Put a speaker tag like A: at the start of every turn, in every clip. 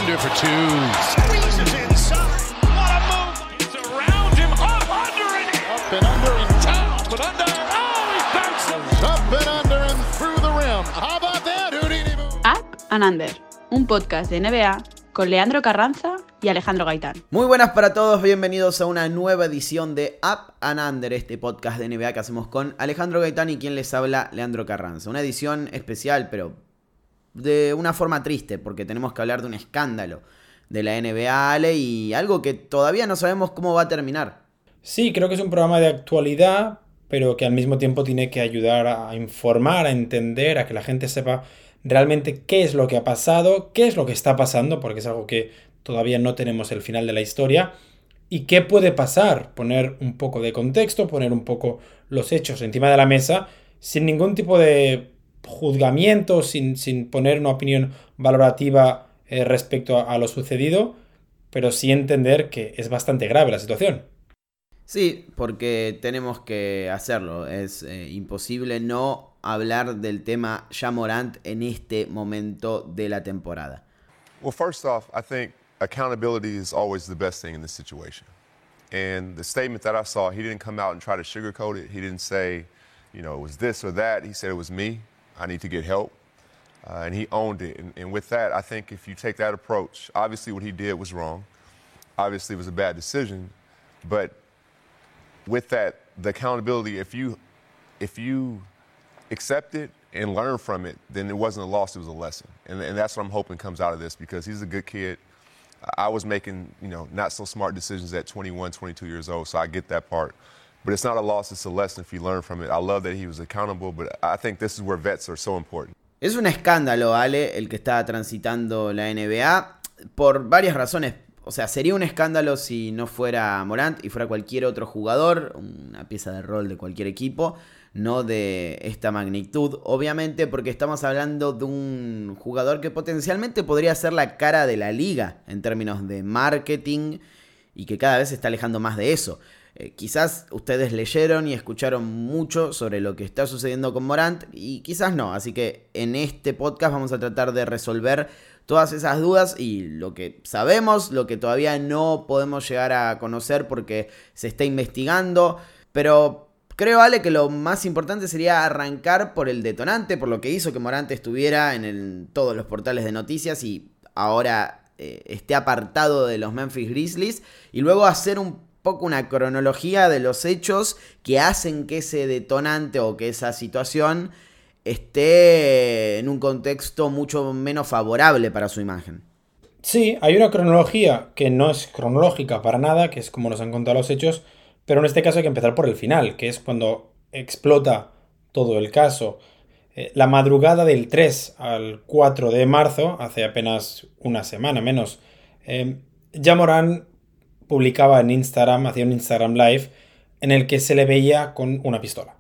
A: under for two. Squeezes inside. What a move. It's around him. Up under and up and under and down. But under. Oh, he bounces. Up and under and through the rim. How about that, Houdini?
B: Up and Under, un podcast de NBA con Leandro Carranza y Alejandro Gaitán.
C: Muy buenas para todos, bienvenidos a una nueva edición de Up and Under, este podcast de NBA que hacemos con Alejandro Gaitán y quien les habla, Leandro Carranza. Una edición especial, pero de una forma triste, porque tenemos que hablar de un escándalo de la NBA, Ale, y algo que todavía no sabemos cómo va a terminar.
D: Sí, creo que es un programa de actualidad, pero que al mismo tiempo tiene que ayudar a informar, a entender, a que la gente sepa realmente qué es lo que ha pasado, qué es lo que está pasando, porque es algo que todavía no tenemos el final de la historia, y qué puede pasar, poner un poco de contexto, poner un poco los hechos encima de la mesa, sin ningún tipo de juzgamiento, sin poner una opinión valorativa respecto a lo sucedido, pero sí entender que es bastante grave la situación.
C: Sí, porque tenemos que hacerlo, es imposible no hablar del tema Ja Morant en este momento de la temporada.
E: Well, first off, I think accountability is always the best thing in this situation. And the statement that I saw, he didn't come out and try to sugarcoat it. He didn't say, it was this or that. He said it was me. I need to get help. And he owned it. And with that, I think if you take that approach, obviously what he did was wrong. Obviously it was a bad decision. But with that, the accountability, if you accept it and learn from it, then it wasn't a loss, it was a lesson. And that's what I'm hoping comes out of this, because he's a good kid. I was making, not so smart decisions at 21, 22 years old, so I get that part. But it's not a loss, it's a lesson if you learn from it. I love that he was accountable, but I think this is where vets are so important.
C: Es un escándalo, Ale, el que está transitando la NBA, por varias razones. O sea, sería un escándalo si no fuera Morant y fuera cualquier otro jugador, una pieza de rol de cualquier equipo, no de esta magnitud, obviamente, porque estamos hablando de un jugador que potencialmente podría ser la cara de la liga en términos de marketing y que cada vez se está alejando más de eso. Quizás ustedes leyeron y escucharon mucho sobre lo que está sucediendo con Morant y quizás no, así que en este podcast vamos a tratar de resolver todas esas dudas y lo que sabemos, lo que todavía no podemos llegar a conocer porque se está investigando, pero creo, Ale, que lo más importante sería arrancar por el detonante, por lo que hizo que Morant estuviera en todos los portales de noticias y ahora esté apartado de los Memphis Grizzlies, y luego hacer un poco una cronología de los hechos que hacen que ese detonante o que esa situación esté en un contexto mucho menos favorable para su imagen.
D: Sí, hay una cronología que no es cronológica para nada, que es como nos han contado los hechos, pero en este caso hay que empezar por el final, que es cuando explota todo el caso. La madrugada del 3 al 4 de marzo, hace apenas una semana menos, Ja Morant publicaba en Instagram, hacía un Instagram Live, en el que se le veía con una pistola.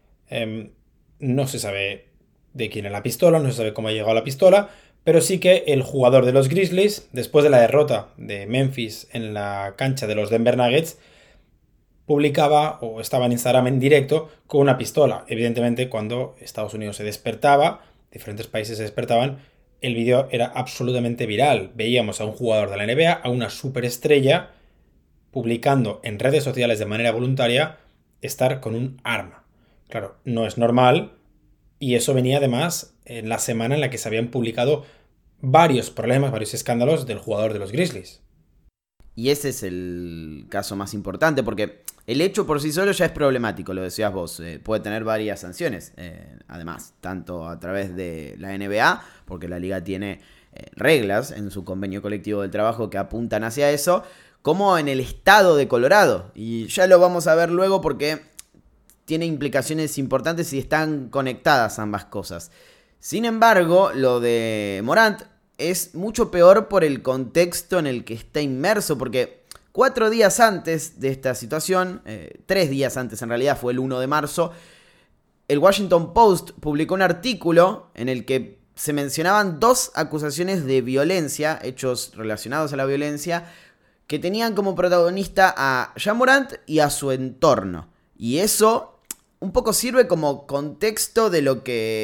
D: No se sabe de quién es la pistola, no se sabe cómo ha llegado la pistola, pero sí que el jugador de los Grizzlies, después de la derrota de Memphis en la cancha de los Denver Nuggets, publicaba o estaba en Instagram en directo con una pistola. Evidentemente, cuando Estados Unidos se despertaba, diferentes países se despertaban, el vídeo era absolutamente viral. Veíamos a un jugador de la NBA, a una superestrella, publicando en redes sociales de manera voluntaria estar con un arma. Claro, no es normal, y eso venía además en la semana en la que se habían publicado varios problemas, varios escándalos del jugador de los Grizzlies.
C: Y ese es el caso más importante, porque el hecho por sí solo ya es problemático, lo decías vos, puede tener varias sanciones, además, tanto a través de la NBA, porque la liga tiene reglas en su convenio colectivo del trabajo que apuntan hacia eso, como en el estado de Colorado, y ya lo vamos a ver luego porque tiene implicaciones importantes y están conectadas ambas cosas. Sin embargo, lo de Morant es mucho peor por el contexto en el que está inmerso, porque 4 días antes de esta situación, 3 días antes en realidad, fue el 1 de marzo, el Washington Post publicó un artículo en el que se mencionaban 2 acusaciones de violencia, hechos relacionados a la violencia, que tenían como protagonista a Ja Morant y a su entorno. Y eso un poco sirve como contexto de lo que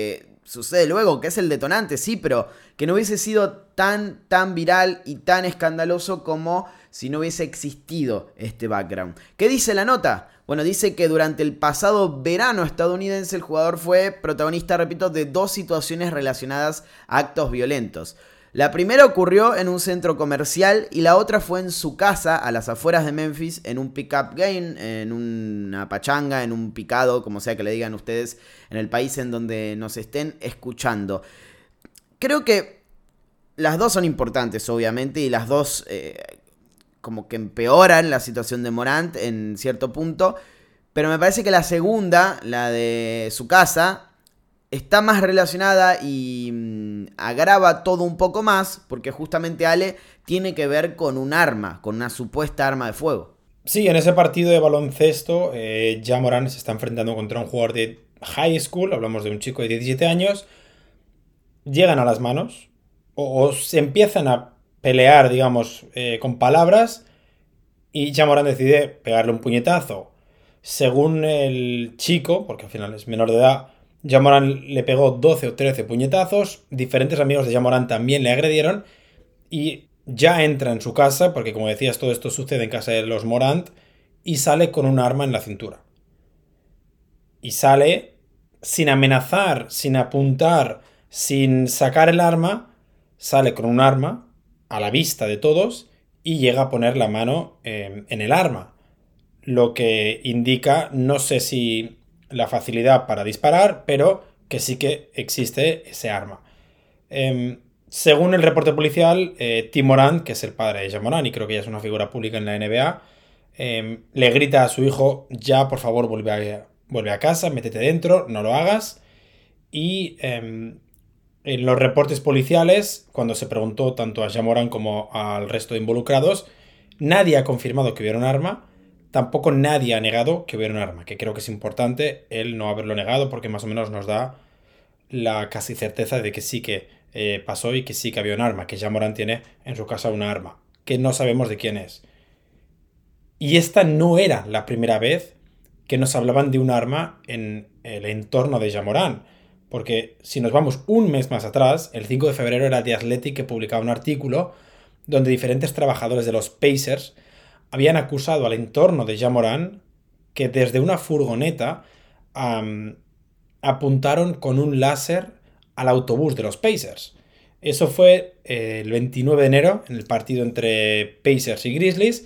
C: sucede luego, que es el detonante, sí, pero que no hubiese sido tan viral y tan escandaloso como si no hubiese existido este background. ¿Qué dice la nota? Bueno, dice que durante el pasado verano estadounidense el jugador fue protagonista, repito, de 2 situaciones relacionadas a actos violentos. La primera ocurrió en un centro comercial y la otra fue en su casa, a las afueras de Memphis, en un pick-up game, en una pachanga, en un picado, como sea que le digan ustedes, en el país en donde nos estén escuchando. Creo que las dos son importantes, obviamente, y las dos como que empeoran la situación de Morant en cierto punto, pero me parece que la segunda, la de su casa, está más relacionada y agrava todo un poco más, porque justamente, Ale, tiene que ver con un arma, con una supuesta arma de fuego.
D: Sí, en ese partido de baloncesto, Ja Morant se está enfrentando contra un jugador de high school, hablamos de un chico de 17 años, llegan a las manos, o se empiezan a pelear, digamos, con palabras, y Ja Morant decide pegarle un puñetazo. Según el chico, porque al final es menor de edad, Ja Morant le pegó 12 o 13 puñetazos, diferentes amigos de Ja Morant también le agredieron, y ya entra en su casa, porque como decías, todo esto sucede en casa de los Morant, y sale con un arma en la cintura. Y sale sin amenazar, sin apuntar, sin sacar el arma, sale con un arma a la vista de todos y llega a poner la mano en el arma. Lo que indica, no sé si la facilidad para disparar, pero que sí que existe ese arma. Según el reporte policial, Tim Morant, que es el padre de Ja Morant y creo que ya es una figura pública en la NBA, le grita a su hijo: ya, por favor, vuelve a casa, métete dentro, no lo hagas. Y en los reportes policiales, cuando se preguntó tanto a Ja Morant como al resto de involucrados, nadie ha confirmado que hubiera un arma. Tampoco nadie ha negado que hubiera un arma, que creo que es importante el no haberlo negado, porque más o menos nos da la casi certeza de que sí que pasó y que sí que había un arma, que Ja Morant tiene en su casa una arma, que no sabemos de quién es. Y esta no era la primera vez que nos hablaban de un arma en el entorno de Ja Morant, porque si nos vamos un mes más atrás, el 5 de febrero era The Athletic que publicaba un artículo donde diferentes trabajadores de los Pacers habían acusado al entorno de Ja Morant que desde una furgoneta apuntaron con un láser al autobús de los Pacers. Eso fue el 29 de enero, en el partido entre Pacers y Grizzlies,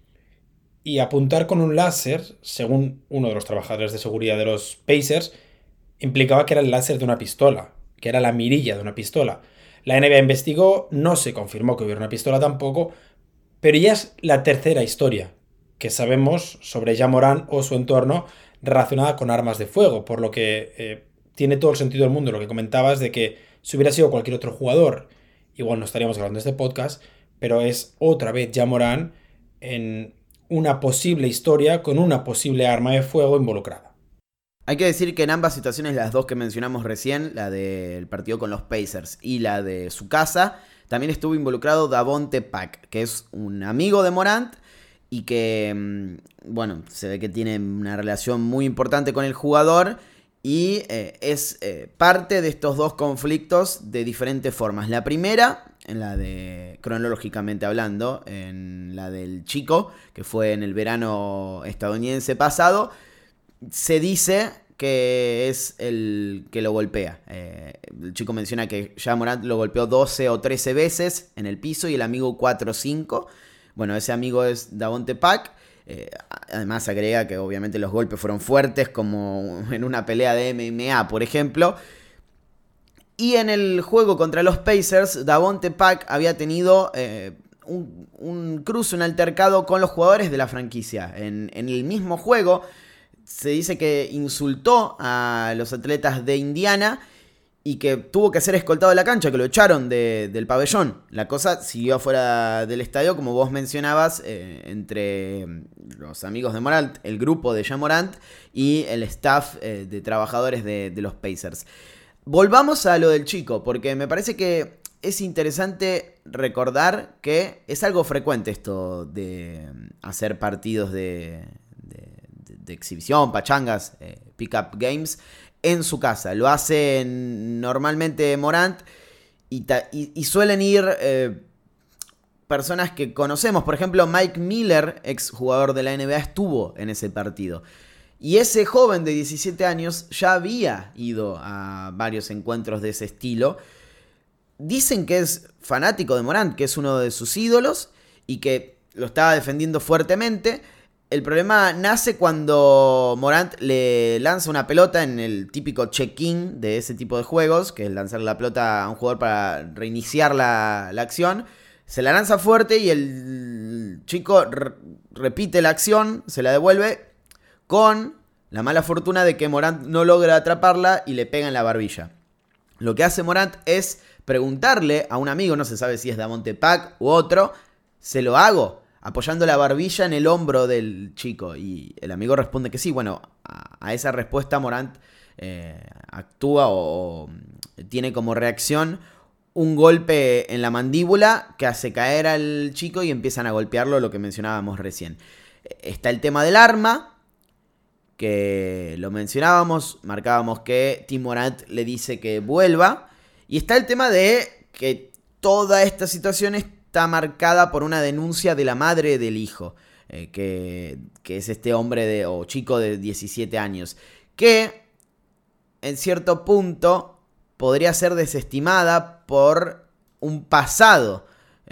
D: y apuntar con un láser, según uno de los trabajadores de seguridad de los Pacers, implicaba que era el láser de una pistola, que era la mirilla de una pistola. La NBA investigó, no se confirmó que hubiera una pistola tampoco, pero ya es la tercera historia que sabemos sobre Ja Morant o su entorno relacionada con armas de fuego, por lo que tiene todo el sentido del mundo lo que comentabas de que si hubiera sido cualquier otro jugador, igual no estaríamos grabando este podcast, pero es otra vez Ja Morant en una posible historia con una posible arma de fuego involucrada.
C: Hay que decir que en ambas situaciones, las dos que mencionamos recién, la del partido con los Pacers y la de su casa, también estuvo involucrado Davonte Pack, que es un amigo de Morant y que, bueno, se ve que tiene una relación muy importante con el jugador y es parte de estos dos conflictos de diferentes formas. La primera, en la de, cronológicamente hablando, en la del chico, que fue en el verano estadounidense pasado, se dice que es el que lo golpea. El chico menciona que Ja Morant lo golpeó 12 o 13 veces en el piso y el amigo 4 o 5. Bueno, ese amigo es Davonte Pack. Además agrega que obviamente los golpes fueron fuertes, como en una pelea de MMA, por ejemplo. Y en el juego contra los Pacers, Davonte Pack había tenido un cruce, un altercado con los jugadores de la franquicia. En el mismo juego se dice que insultó a los atletas de Indiana y que tuvo que ser escoltado de la cancha, que lo echaron del pabellón. La cosa siguió afuera del estadio, como vos mencionabas, entre los amigos de Morant, el grupo de Ja Morant y el staff de trabajadores de los Pacers. Volvamos a lo del chico, porque me parece que es interesante recordar que es algo frecuente esto de hacer partidos de exhibición, pachangas, pick-up games en su casa. Lo hace normalmente Morant y suelen ir personas que conocemos. Por ejemplo, Mike Miller, ex jugador de la NBA, estuvo en ese partido. Y ese joven de 17 años ya había ido a varios encuentros de ese estilo. Dicen que es fanático de Morant, que es uno de sus ídolos y que lo estaba defendiendo fuertemente. El problema nace cuando Morant le lanza una pelota en el típico check-in de ese tipo de juegos, que es lanzar la pelota a un jugador para reiniciar la acción. Se la lanza fuerte y el chico repite la acción, se la devuelve con la mala fortuna de que Morant no logra atraparla y le pega en la barbilla. Lo que hace Morant es preguntarle a un amigo, no se sabe si es Davonte Pack u otro, ¿se lo hago? Apoyando la barbilla en el hombro del chico. Y el amigo responde que sí. Bueno, a esa respuesta Morant actúa o tiene como reacción un golpe en la mandíbula que hace caer al chico y empiezan a golpearlo, lo que mencionábamos recién. Está el tema del arma, que lo mencionábamos, marcábamos que Tim Morant le dice que vuelva. Y está el tema de que toda esta situación está marcada por una denuncia de la madre del hijo, que es este hombre o chico de 17 años, que en cierto punto podría ser desestimada por un pasado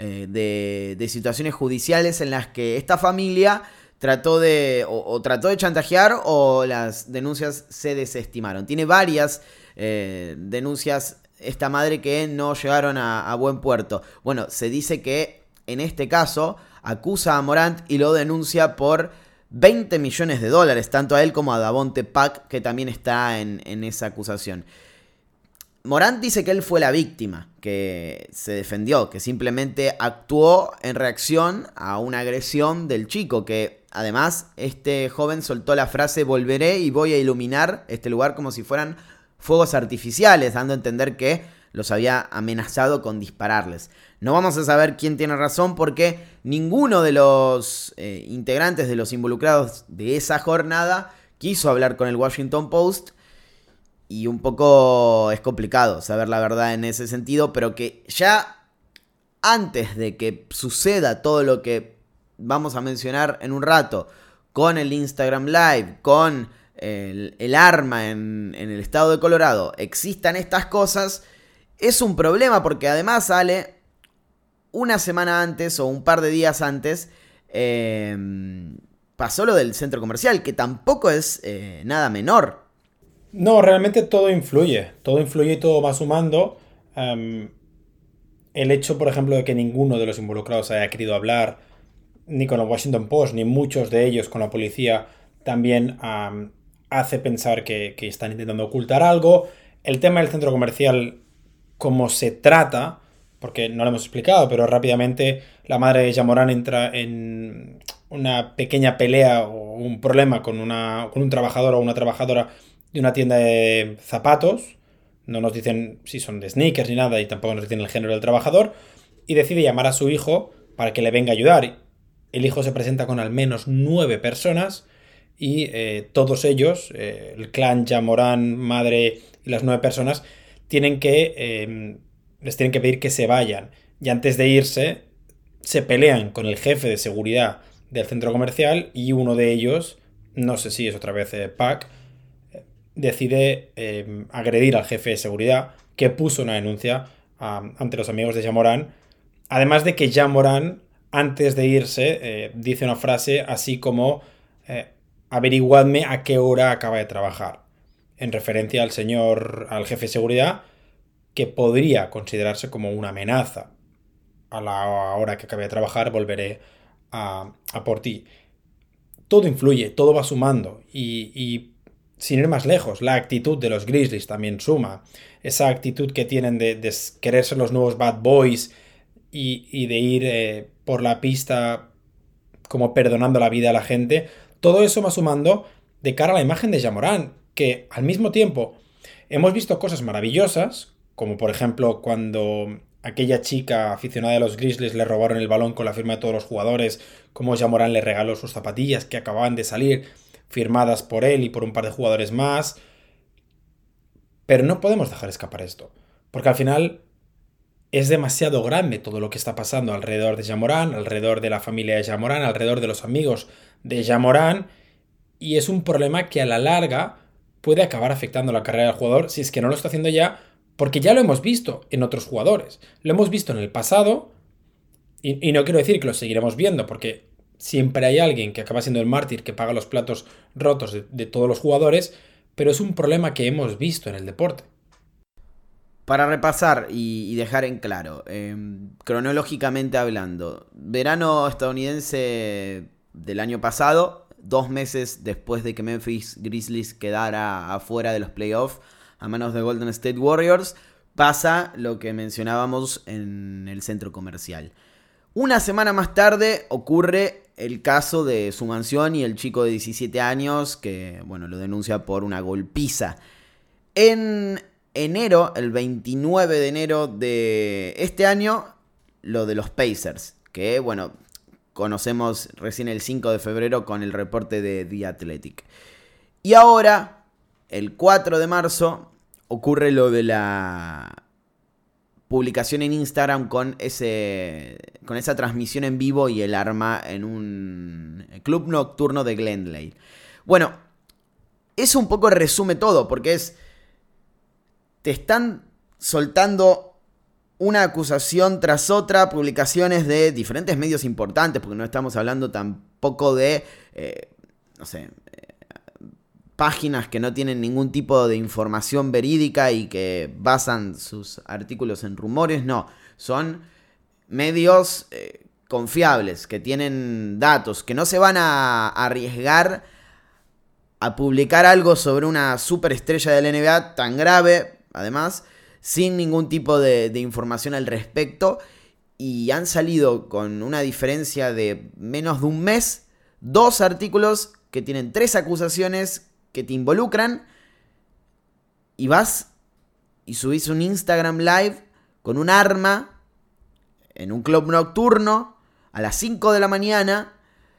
C: de situaciones judiciales en las que esta familia trató de chantajear o las denuncias se desestimaron. Tiene varias denuncias esta madre que no llegaron a buen puerto. Bueno, se dice que en este caso acusa a Morant y lo denuncia por $20 millones, tanto a él como a Davonte Pack, que también está en esa acusación. Morant dice que él fue la víctima, que se defendió, que simplemente actuó en reacción a una agresión del chico, que además este joven soltó la frase volveré y voy a iluminar este lugar como si fueran fuegos artificiales, dando a entender que los había amenazado con dispararles. No vamos a saber quién tiene razón porque ninguno de los integrantes de los involucrados de esa jornada quiso hablar con el Washington Post. Y un poco es complicado saber la verdad en ese sentido, pero que ya antes de que suceda todo lo que vamos a mencionar en un rato, con el Instagram Live, con el arma en el estado de Colorado, existan estas cosas, es un problema porque además sale una semana antes o un par de días antes, pasó lo del centro comercial, que tampoco es nada menor.
D: No, realmente todo influye y todo va sumando. El hecho, por ejemplo, de que ninguno de los involucrados haya querido hablar, ni con el Washington Post, ni muchos de ellos con la policía, también hace pensar que están intentando ocultar algo. El tema del centro comercial, como se trata, porque no lo hemos explicado, pero rápidamente la madre de Ja Morant entra en una pequeña pelea o un problema con un trabajador o una trabajadora de una tienda de zapatos. No nos dicen si son de sneakers ni nada y tampoco nos dicen el género del trabajador, y decide llamar a su hijo para que le venga a ayudar. El hijo se presenta con al menos 9 personas y todos ellos, el clan Ja Morant, madre y las 9 personas, les tienen que pedir que se vayan. Y antes de irse se pelean con el jefe de seguridad del centro comercial y uno de ellos, no sé si es otra vez Pac, decide agredir al jefe de seguridad, que puso una denuncia ante los amigos de Ja Morant. Además de que Ja Morant, antes de irse, dice una frase así como averiguadme a qué hora acaba de trabajar, en referencia al jefe de seguridad, que podría considerarse como una amenaza. A la hora que acabe de trabajar volveré a por ti. Todo influye, todo va sumando y sin ir más lejos, la actitud de los Grizzlies también suma. Esa actitud que tienen de querer ser los nuevos bad boys y de ir por la pista como perdonando la vida a la gente. Todo eso va sumando de cara a la imagen de Ja Morant, que al mismo tiempo hemos visto cosas maravillosas, como por ejemplo cuando aquella chica aficionada de los Grizzlies le robaron el balón con la firma de todos los jugadores, como Ja Morant le regaló sus zapatillas que acababan de salir, firmadas por él y por un par de jugadores más. Pero no podemos dejar escapar esto, porque al final es demasiado grande todo lo que está pasando alrededor de Ja Morant, alrededor de la familia de Ja Morant, alrededor de los amigos de Ja Morant, y es un problema que a la larga puede acabar afectando la carrera del jugador si es que no lo está haciendo ya, porque ya lo hemos visto en otros jugadores. Lo hemos visto en el pasado, y no quiero decir que lo seguiremos viendo, porque siempre hay alguien que acaba siendo el mártir que paga los platos rotos de todos los jugadores, pero es un problema que hemos visto en el deporte.
C: Para repasar y dejar en claro, cronológicamente hablando, verano estadounidense del año pasado, 2 meses después de que Memphis Grizzlies quedara afuera de los playoffs a manos de Golden State Warriors, pasa lo que mencionábamos en el centro comercial. Una semana más tarde ocurre el caso de su mansión y el chico de 17 años que, bueno, lo denuncia por una golpiza. En enero, el 29 de enero de este año, lo de los Pacers, que, bueno, conocemos recién el 5 de febrero con el reporte de The Athletic. Y ahora, el 4 de marzo, ocurre lo de la publicación en Instagram con esa transmisión en vivo y el arma en un club nocturno de Glendale. Bueno, eso un poco resume todo, porque te están soltando una acusación tras otra, publicaciones de diferentes medios importantes, porque no estamos hablando tampoco de, páginas que no tienen ningún tipo de información verídica y que basan sus artículos en rumores, no, son medios confiables, que tienen datos, que no se van a arriesgar a publicar algo sobre una superestrella de la NBA tan grave, además, sin ningún tipo de información al respecto, y han salido con una diferencia de menos de un mes, 2 artículos que tienen 3 acusaciones que te involucran, y vas y subís un Instagram Live con un arma en un club nocturno a las 5 de la mañana,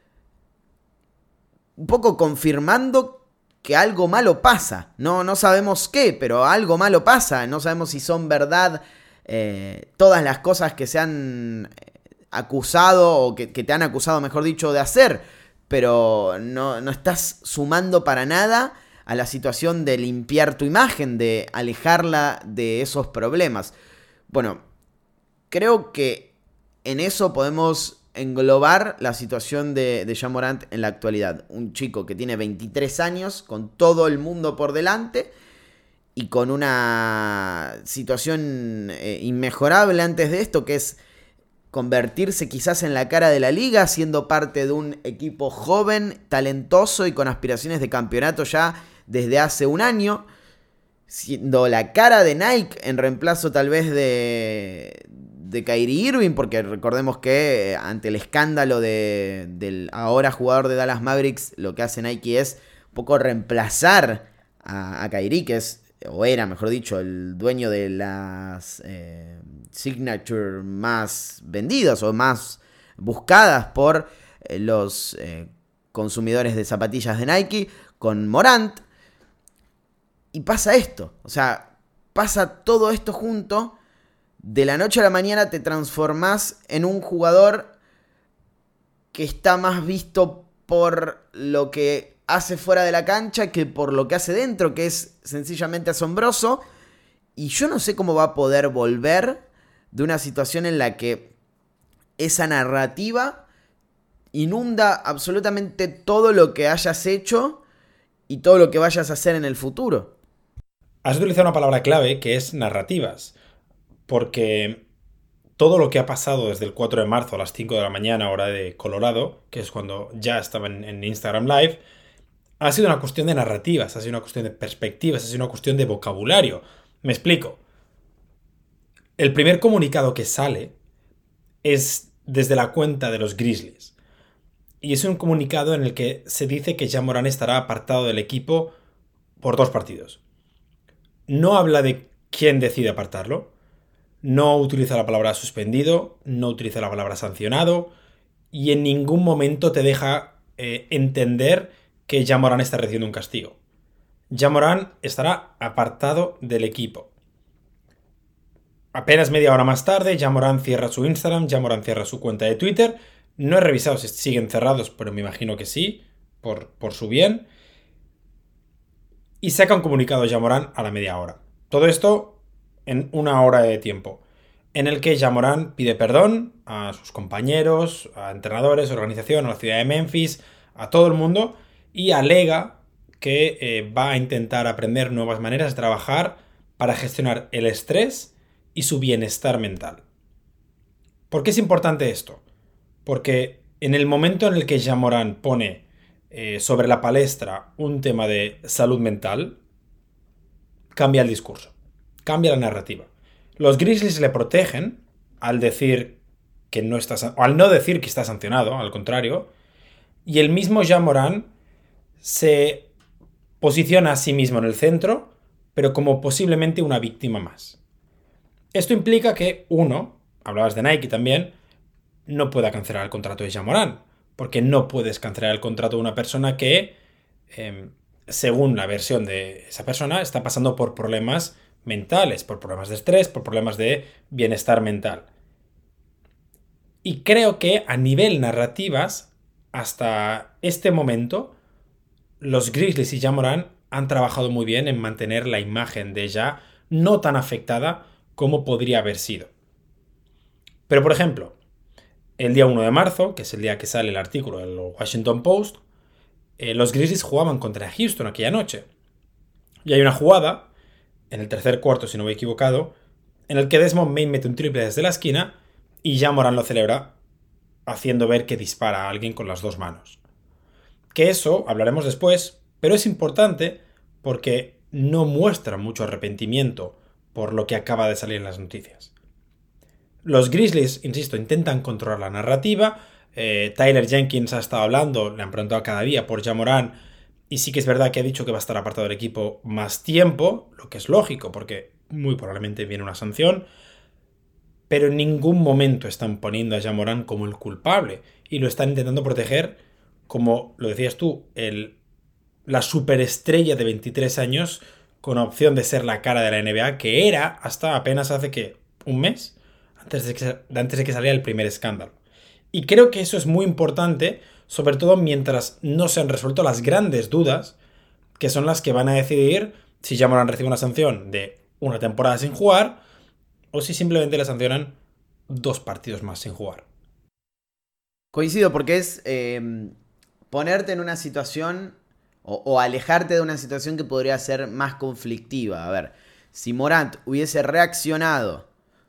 C: un poco confirmando que algo malo pasa. No sabemos qué, pero algo malo pasa. No sabemos si son verdad todas las cosas que se han acusado, o que te han acusado, mejor dicho, de hacer. Pero no estás sumando para nada a la situación de limpiar tu imagen, de alejarla de esos problemas. Bueno, creo que en eso podemos englobar la situación de Ja Morant en la actualidad. Un chico que tiene 23 años, con todo el mundo por delante y con una situación inmejorable antes de esto, que es convertirse quizás en la cara de la liga, siendo parte de un equipo joven, talentoso y con aspiraciones de campeonato ya desde hace un año, siendo la cara de Nike en reemplazo tal vez de Kyrie Irving, porque recordemos que ante el escándalo del ahora jugador de Dallas Mavericks, lo que hace Nike es un poco reemplazar a Kyrie, que es, o era mejor dicho, el dueño de las signature más vendidas o más buscadas por los consumidores de zapatillas de Nike, con Morant. Y pasa esto, o sea, pasa todo esto junto. De la noche a la mañana te transformás en un jugador que está más visto por lo que hace fuera de la cancha que por lo que hace dentro, que es sencillamente asombroso. Y yo no sé cómo va a poder volver de una situación en la que esa narrativa inunda absolutamente todo lo que hayas hecho y todo lo que vayas a hacer en el futuro.
D: Has utilizado una palabra clave que es narrativas, porque todo lo que ha pasado desde el 4 de marzo a las 5 de la mañana, hora de Colorado, que es cuando ya estaba en Instagram Live, ha sido una cuestión de narrativas, ha sido una cuestión de perspectivas, ha sido una cuestión de vocabulario. Me explico. El primer comunicado que sale es desde la cuenta de los Grizzlies. Y es un comunicado en el que se dice que Ja Morant estará apartado del equipo por 2 partidos. No habla de quién decide apartarlo. No utiliza la palabra suspendido. No utiliza la palabra sancionado. Y en ningún momento te deja entender que Ja Morant está recibiendo un castigo. Ja Morant estará apartado del equipo. Apenas media hora más tarde, Ja Morant cierra su Instagram, Ja Morant cierra su cuenta de Twitter. No he revisado si siguen cerrados, pero me imagino que sí, por su bien. Y saca un comunicado Ja Morant a la media hora. Todo esto en una hora de tiempo, en el que Ja Morant pide perdón a sus compañeros, a entrenadores, organización, a la ciudad de Memphis, a todo el mundo, y alega que va a intentar aprender nuevas maneras de trabajar para gestionar el estrés y su bienestar mental. ¿Por qué es importante esto? Porque en el momento en el que Ja Morant pone sobre la palestra un tema de salud mental, cambia el discurso, cambia la narrativa. Los Grizzlies le protegen al decir que no está, o al no decir que está sancionado, al contrario, y el mismo Ja Morant se posiciona a sí mismo en el centro, pero como posiblemente una víctima más. Esto implica que uno, hablabas de Nike también, no pueda cancelar el contrato de Ja Morant, porque no puedes cancelar el contrato de una persona que, según la versión de esa persona, está pasando por problemas mentales, por problemas de estrés, por problemas de bienestar mental. Y creo que a nivel narrativas, hasta este momento, los Grizzlies y Ja Morant han trabajado muy bien en mantener la imagen de Ja no tan afectada como podría haber sido. Pero, por ejemplo, el día 1 de marzo, que es el día que sale el artículo del Washington Post, los Grizzlies jugaban contra Houston aquella noche. Y hay una jugada, en el tercer cuarto, si no me he equivocado, en el que Desmond Bane mete un triple desde la esquina y Ja Morant lo celebra haciendo ver que dispara a alguien con las dos manos. Que eso hablaremos después, pero es importante porque no muestra mucho arrepentimiento por lo que acaba de salir en las noticias. Los Grizzlies, insisto, intentan controlar la narrativa. Tyler Jenkins ha estado hablando, le han preguntado cada día por Ja Morant, y sí que es verdad que ha dicho que va a estar apartado del equipo más tiempo, lo que es lógico, porque muy probablemente viene una sanción, pero en ningún momento están poniendo a Ja Morant como el culpable, y lo están intentando proteger, como lo decías tú, la superestrella de 23 años, con opción de ser la cara de la NBA, que era hasta apenas hace, ¿qué?, un mes, antes de que saliera el primer escándalo. Y creo que eso es muy importante, sobre todo mientras no se han resuelto las grandes dudas, que son las que van a decidir si Ja Morant recibe una sanción de una temporada sin jugar, o si simplemente le sancionan 2 partidos más sin jugar.
C: Coincido, porque es ponerte en una situación o alejarte de una situación que podría ser más conflictiva. A ver, si Morant hubiese reaccionado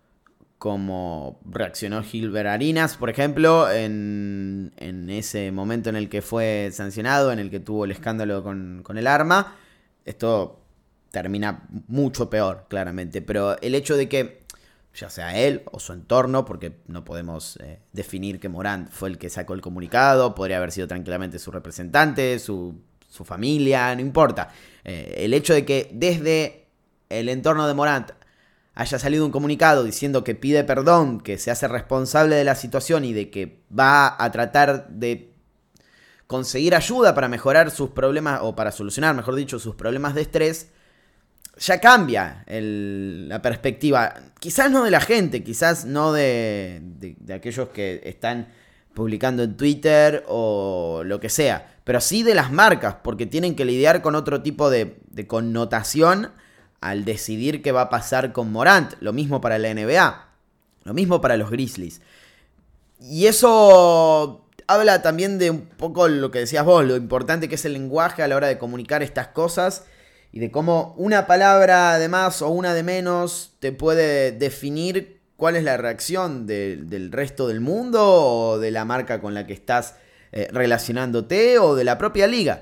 C: como reaccionó Gilbert Arenas, por ejemplo, en ese momento en el que fue sancionado, en el que tuvo el escándalo con el arma, esto termina mucho peor, claramente. Pero el hecho de que, ya sea él o su entorno, porque no podemos definir que Morant fue el que sacó el comunicado, podría haber sido tranquilamente su representante, su familia, no importa. El hecho de que desde el entorno de Morant haya salido un comunicado diciendo que pide perdón, que se hace responsable de la situación y de que va a tratar de conseguir ayuda para mejorar sus problemas, o para solucionar, mejor dicho, sus problemas de estrés, ya cambia la perspectiva. Quizás no de la gente, quizás no de aquellos que están publicando en Twitter o lo que sea, pero sí de las marcas, porque tienen que lidiar con otro tipo de connotación al decidir qué va a pasar con Morant. Lo mismo para la NBA, lo mismo para los Grizzlies. Y eso habla también de un poco lo que decías vos, lo importante que es el lenguaje a la hora de comunicar estas cosas, y de cómo una palabra de más o una de menos te puede definir cuál es la reacción del resto del mundo, o de la marca con la que estás relacionándote, o de la propia liga.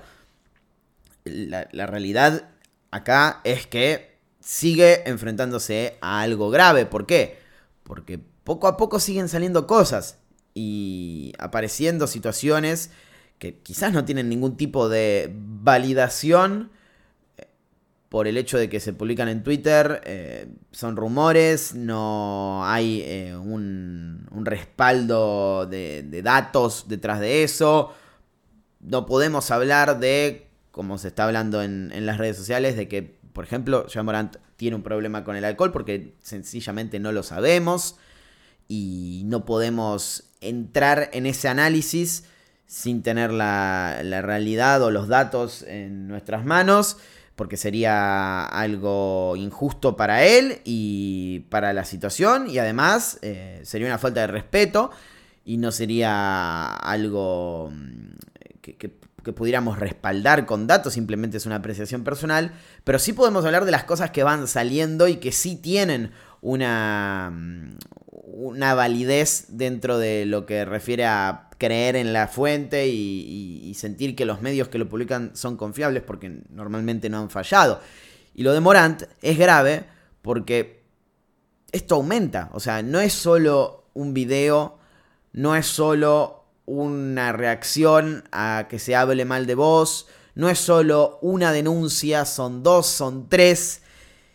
C: La realidad acá es que sigue enfrentándose a algo grave. ¿Por qué? Porque poco a poco siguen saliendo cosas y apareciendo situaciones que quizás no tienen ningún tipo de validación por el hecho de que se publican en Twitter. Son rumores, no hay un respaldo de datos detrás de eso. No podemos hablar de como se está hablando en las redes sociales, de que, por ejemplo, Ja Morant tiene un problema con el alcohol porque sencillamente no lo sabemos y no podemos entrar en ese análisis sin tener la realidad o los datos en nuestras manos, porque sería algo injusto para él y para la situación, y además sería una falta de respeto y no sería algo que pudiéramos respaldar con datos, simplemente es una apreciación personal, pero sí podemos hablar de las cosas que van saliendo y que sí tienen una validez dentro de lo que refiere a creer en la fuente y sentir que los medios que lo publican son confiables, porque normalmente no han fallado. Y lo de Morant es grave porque esto aumenta, o sea, no es solo un video, no es solo una reacción a que se hable mal de vos, no es solo una denuncia, son 2, son 3,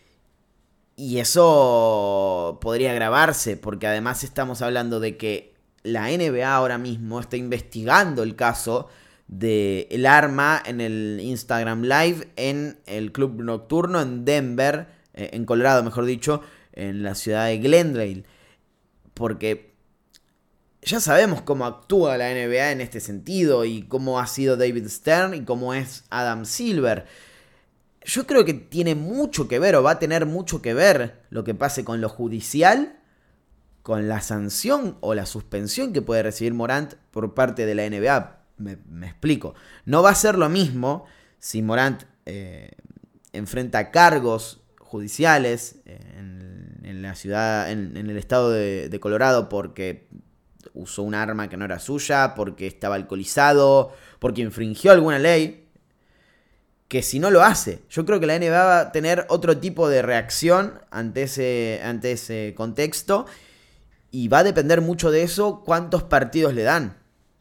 C: y eso podría agravarse, porque además estamos hablando de que la NBA ahora mismo está investigando el caso del arma en el Instagram Live en el club nocturno en Denver, en Colorado mejor dicho, en la ciudad de Glendale, porque ya sabemos cómo actúa la NBA en este sentido y cómo ha sido David Stern y cómo es Adam Silver. Yo creo que tiene mucho que ver, o va a tener mucho que ver, lo que pase con lo judicial, con la sanción o la suspensión que puede recibir Morant por parte de la NBA. Me explico. No va a ser lo mismo si Morant enfrenta cargos judiciales en la ciudad, en el estado de Colorado, porque usó un arma que no era suya, porque estaba alcoholizado, porque infringió alguna ley, que si no lo hace. Yo creo que la NBA va a tener otro tipo de reacción ante ese contexto, y va a depender mucho de eso cuántos partidos le dan.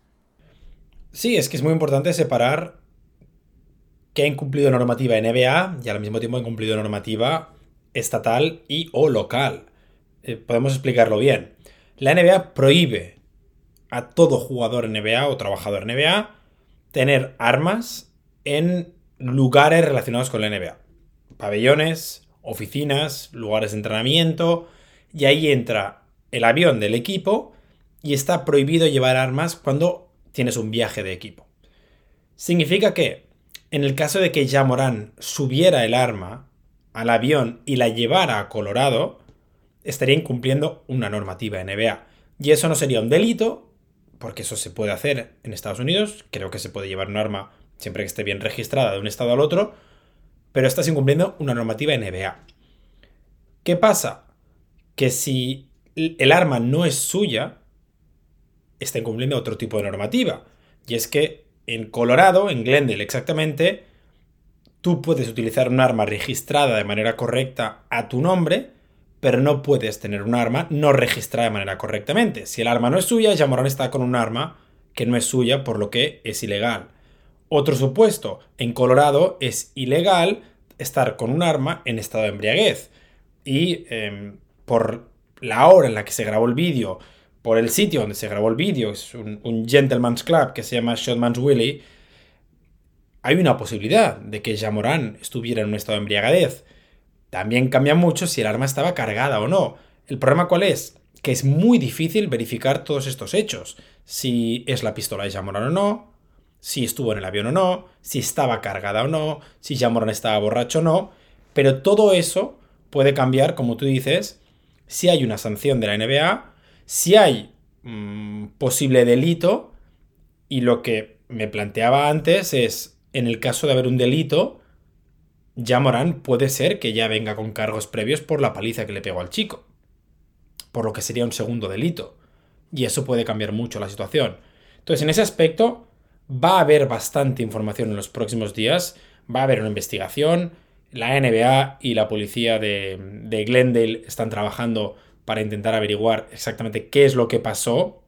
D: Sí, es que es muy importante separar que ha incumplido normativa NBA y al mismo tiempo ha incumplido normativa estatal y o local. Podemos explicarlo bien. La NBA prohíbe a todo jugador NBA o trabajador NBA tener armas en lugares relacionados con la NBA. Pabellones, oficinas, lugares de entrenamiento, y ahí entra el avión del equipo y está prohibido llevar armas cuando tienes un viaje de equipo. Significa que en el caso de que Ja Morant subiera el arma al avión y la llevara a Colorado, estaría incumpliendo una normativa NBA. Y eso no sería un delito, porque eso se puede hacer en Estados Unidos. Creo que se puede llevar un arma siempre que esté bien registrada de un estado al otro, pero estás incumpliendo una normativa NBA. ¿Qué pasa? Que si el arma no es suya, está incumpliendo otro tipo de normativa. Y es que en Colorado, en Glendale exactamente, tú puedes utilizar un arma registrada de manera correcta a tu nombre, pero no puedes tener un arma no registrada de manera correctamente. Si el arma no es suya, Ja Morant está con un arma que no es suya, por lo que es ilegal. Otro supuesto, en Colorado es ilegal estar con un arma en estado de embriaguez. Y por la hora en la que se grabó el vídeo, por el sitio donde se grabó el vídeo, es un gentleman's club que se llama Shotman's Willie, hay una posibilidad de que Ja Morant estuviera en un estado de embriaguez. También cambia mucho si el arma estaba cargada o no. ¿El problema cuál es? Que es muy difícil verificar todos estos hechos. Si es la pistola de Ja Morant o no, si estuvo en el avión o no, si estaba cargada o no, si Ja Morant estaba borracho o no. Pero todo eso puede cambiar, como tú dices, si hay una sanción de la NBA, si hay posible delito, y lo que me planteaba antes es, en el caso de haber un delito, Ja Morant puede ser que ya venga con cargos previos por la paliza que le pegó al chico, por lo que sería un segundo delito, y eso puede cambiar mucho la situación. Entonces, en ese aspecto va a haber bastante información en los próximos días, va a haber una investigación. La NBA y la policía de Glendale están trabajando para intentar averiguar exactamente qué es lo que pasó,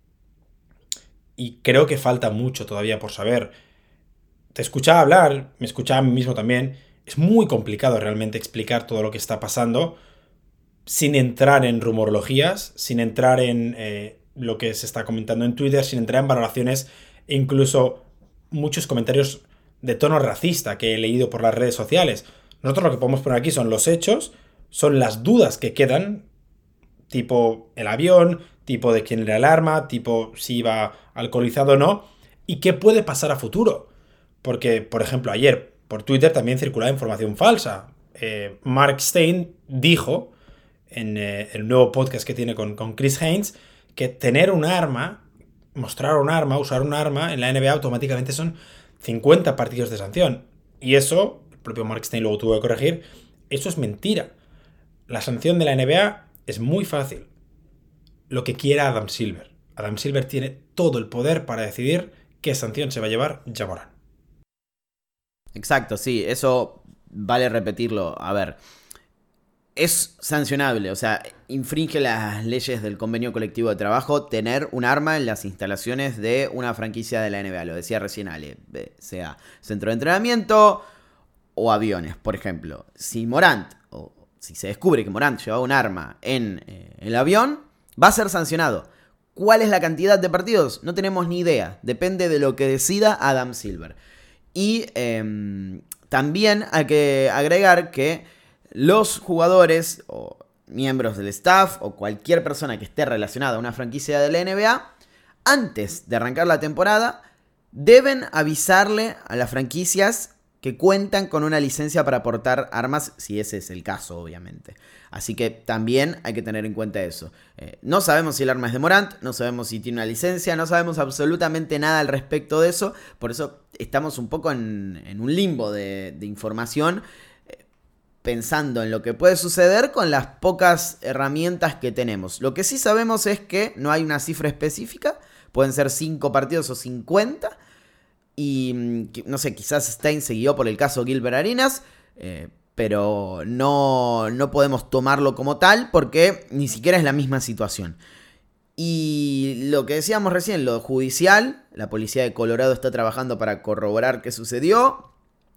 D: y creo que falta mucho todavía por saber. Te escuchaba hablar, me escuchaba a mí mismo también. Es muy complicado realmente explicar todo lo que está pasando sin entrar en rumorologías, sin entrar en lo que se está comentando en Twitter, sin entrar en valoraciones e incluso muchos comentarios de tono racista que he leído por las redes sociales. Nosotros lo que podemos poner aquí son los hechos, son las dudas que quedan, tipo el avión, tipo de quién era el arma, tipo si iba alcoholizado o no, y qué puede pasar a futuro. Porque, por ejemplo, ayer por Twitter también circulaba información falsa. Mark Stein dijo en el nuevo podcast que tiene con Chris Haynes que tener un arma, mostrar un arma, usar un arma en la NBA automáticamente son 50 partidos de sanción. Y eso, el propio Mark Stein luego tuvo que corregir, eso es mentira. La sanción de la NBA es muy fácil. Lo que quiera Adam Silver. Adam Silver tiene todo el poder para decidir qué sanción se va a llevar Ja Morant.
C: Exacto, sí, eso vale repetirlo. A ver, es sancionable, o sea, infringe las leyes del convenio colectivo de trabajo tener un arma en las instalaciones de una franquicia de la NBA. Lo decía recién Ale, sea centro de entrenamiento o aviones, por ejemplo. Si Morant, o si se descubre que Morant llevaba un arma en el avión, va a ser sancionado. ¿Cuál es la cantidad de partidos? No tenemos ni idea, depende de lo que decida Adam Silver. Y también hay que agregar que los jugadores o miembros del staff o cualquier persona que esté relacionada a una franquicia de la NBA, antes de arrancar la temporada, deben avisarle a las franquicias que cuentan con una licencia para portar armas, si ese es el caso, obviamente. Así que también hay que tener en cuenta eso. No sabemos si el arma es de Morant, no sabemos si tiene una licencia, no sabemos absolutamente nada al respecto de eso. Por eso estamos un poco en un limbo de información, pensando en lo que puede suceder con las pocas herramientas que tenemos. Lo que sí sabemos es que no hay una cifra específica, pueden ser 5 partidos o 50, y no sé, quizás Stein se guió por el caso Gilbert Arenas, pero no podemos tomarlo como tal porque ni siquiera es la misma situación. Y lo que decíamos recién, lo judicial, la policía de Colorado está trabajando para corroborar qué sucedió,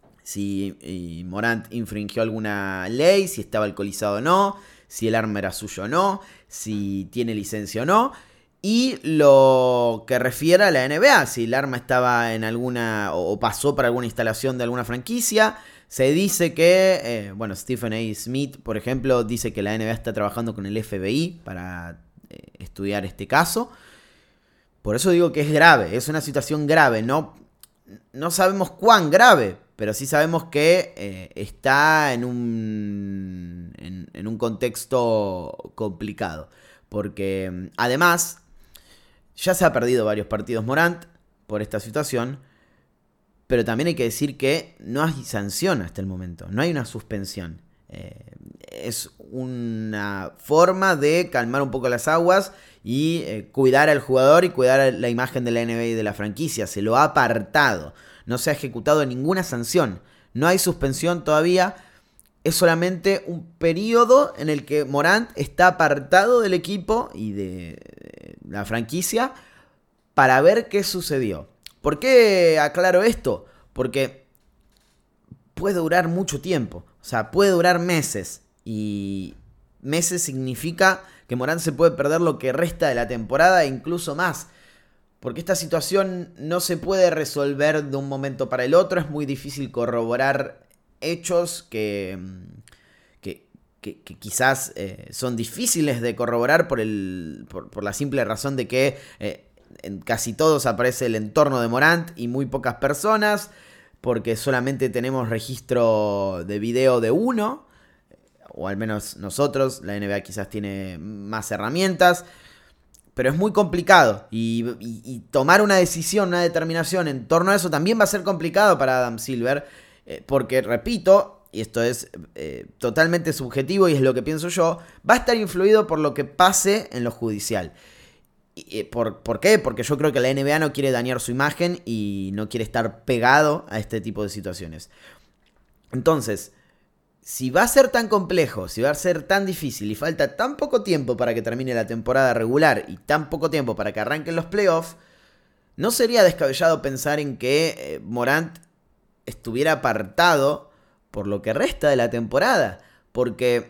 C: si Morant infringió alguna ley, si estaba alcoholizado o no, si el arma era suyo o no, si tiene licencia o no. Y lo que refiere a la NBA, si el arma estaba en alguna o pasó por alguna instalación de alguna franquicia. Se dice que, Stephen A. Smith, por ejemplo, dice que la NBA está trabajando con el FBI para estudiar este caso. Por eso digo que es grave, es una situación grave. No sabemos cuán grave, pero sí sabemos que está en un contexto complicado. Porque además ya se ha perdido varios partidos Morant por esta situación, pero también hay que decir que no hay sanción hasta el momento, no hay una suspensión. Es una forma de calmar un poco las aguas y cuidar al jugador y cuidar la imagen de la NBA y de la franquicia. Se lo ha apartado, no se ha ejecutado ninguna sanción, no hay suspensión todavía. Es solamente un periodo en el que Morant está apartado del equipo y de la franquicia para ver qué sucedió. ¿Por qué aclaro esto? Porque puede durar mucho tiempo. O sea, puede durar meses. Y meses significa que Morant se puede perder lo que resta de la temporada e incluso más. Porque esta situación no se puede resolver de un momento para el otro. Es muy difícil corroborar hechos que quizás son difíciles de corroborar por la simple razón de que en casi todos aparece el entorno de Morant y muy pocas personas, porque solamente tenemos registro de video de uno, o al menos nosotros. La NBA quizás tiene más herramientas, pero es muy complicado y tomar una decisión, una determinación en torno a eso también va a ser complicado para Adam Silver. Porque, repito, y esto es totalmente subjetivo y es lo que pienso yo, va a estar influido por lo que pase en lo judicial. ¿Por qué? Porque yo creo que la NBA no quiere dañar su imagen y no quiere estar pegado a este tipo de situaciones. Entonces, si va a ser tan complejo, si va a ser tan difícil y falta tan poco tiempo para que termine la temporada regular y tan poco tiempo para que arranquen los playoffs, no sería descabellado pensar en que Morant estuviera apartado por lo que resta de la temporada, porque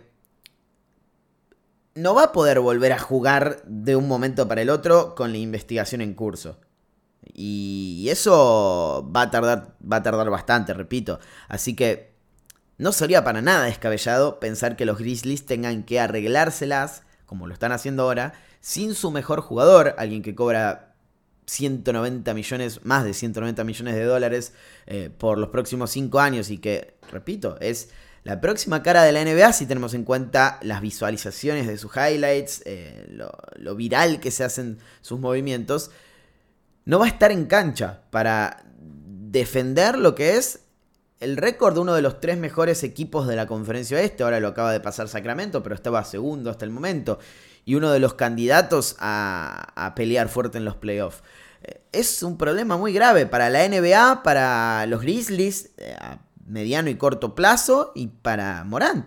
C: no va a poder volver a jugar de un momento para el otro con la investigación en curso. Y eso va a tardar bastante, repito. Así que no sería para nada descabellado pensar que los Grizzlies tengan que arreglárselas, como lo están haciendo ahora, sin su mejor jugador, alguien que cobra 190 millones, más de 190 millones de dólares por los próximos 5 años y que, repito, es la próxima cara de la NBA si tenemos en cuenta las visualizaciones de sus highlights, lo viral que se hacen sus movimientos. No va a estar en cancha para defender lo que es el récord de uno de los 3 mejores equipos de la Conferencia Oeste. Ahora lo acaba de pasar Sacramento, pero estaba segundo hasta el momento. Y uno de los candidatos a pelear fuerte en los playoffs. Es un problema muy grave para la NBA, para los Grizzlies a mediano y corto plazo y para Morant.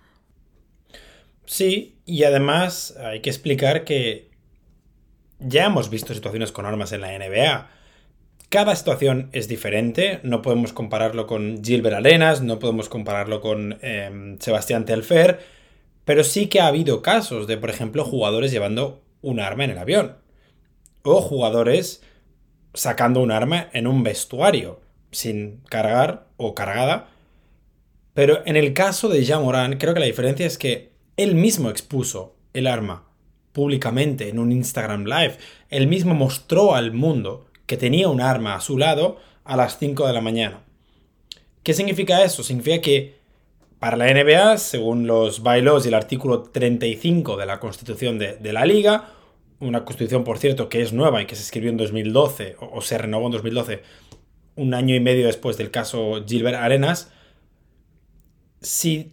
D: Sí, y además hay que explicar que ya hemos visto situaciones con armas en la NBA. Cada situación es diferente, no podemos compararlo con Gilbert Arenas, no podemos compararlo con Sebastián Telfair, pero sí que ha habido casos de, por ejemplo, jugadores llevando un arma en el avión. O jugadores sacando un arma en un vestuario, sin cargar o cargada. Pero en el caso de Ja Morant, creo que la diferencia es que él mismo expuso el arma públicamente en un Instagram Live. Él mismo mostró al mundo que tenía un arma a su lado a las 5 de la mañana. ¿Qué significa eso? Significa que para la NBA, según los bylaws y el artículo 35 de la Constitución de la Liga, una Constitución, por cierto, que es nueva y que se escribió en 2012, o se renovó en 2012, un año y medio después del caso Gilbert Arenas, si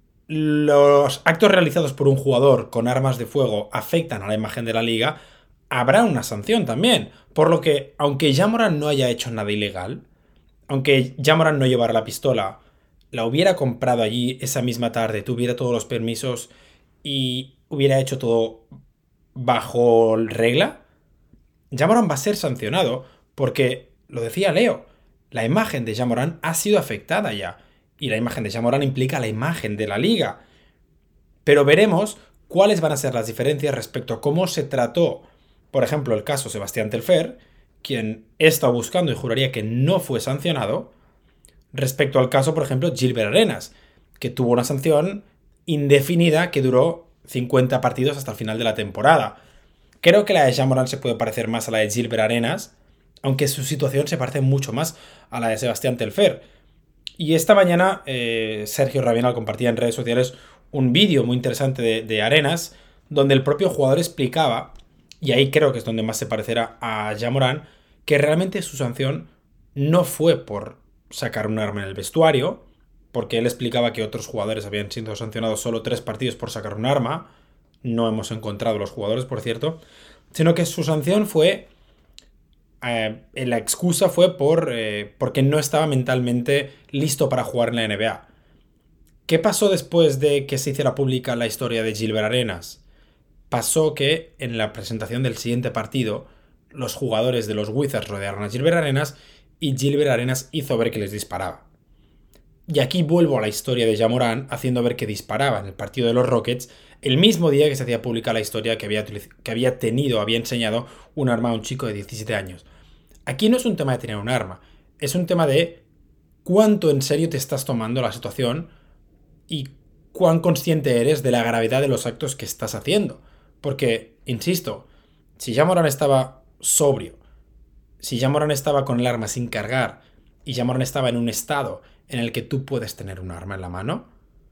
D: los actos realizados por un jugador con armas de fuego afectan a la imagen de la liga, habrá una sanción también. Por lo que, aunque Ja Morant no haya hecho nada ilegal, aunque Ja Morant no llevara la pistola, la hubiera comprado allí esa misma tarde, tuviera todos los permisos y hubiera hecho todo bajo regla, Ja Morant va a ser sancionado porque, lo decía Leo, la imagen de Ja Morant ha sido afectada ya. Y la imagen de Ja Morant implica la imagen de la liga. Pero veremos cuáles van a ser las diferencias respecto a cómo se trató, por ejemplo, el caso Sebastián Telfair, quien he estado buscando y juraría que no fue sancionado, respecto al caso, por ejemplo, Gilbert Arenas, que tuvo una sanción indefinida que duró 50 partidos hasta el final de la temporada. Creo que la de Ja Morant se puede parecer más a la de Gilbert Arenas, aunque su situación se parece mucho más a la de Sebastián Telfair. Y esta mañana Sergio Ravenal compartía en redes sociales un vídeo muy interesante de Arenas, donde el propio jugador explicaba, y ahí creo que es donde más se parecerá a Ja Morant, que realmente su sanción no fue por sacar un arma en el vestuario, porque él explicaba que otros jugadores habían sido sancionados solo 3 partidos por sacar un arma, no hemos encontrado los jugadores, por cierto, sino que su sanción fue... la excusa fue porque no estaba mentalmente listo para jugar en la NBA. ¿Qué pasó después de que se hiciera pública la historia de Gilbert Arenas? Pasó que en la presentación del siguiente partido, los jugadores de los Wizards rodearon a Gilbert Arenas y Gilbert Arenas hizo ver que les disparaba. Y aquí vuelvo a la historia de Ja Morant haciendo ver que disparaba en el partido de los Rockets el mismo día que se hacía pública la historia que había enseñado un arma a un chico de 17 años. Aquí no es un tema de tener un arma, es un tema de cuánto en serio te estás tomando la situación y cuán consciente eres de la gravedad de los actos que estás haciendo. Porque, insisto, si Ja Morant estaba sobrio, si Ja Morant estaba con el arma sin cargar y Ja Morant estaba en un estado en el que tú puedes tener un arma en la mano,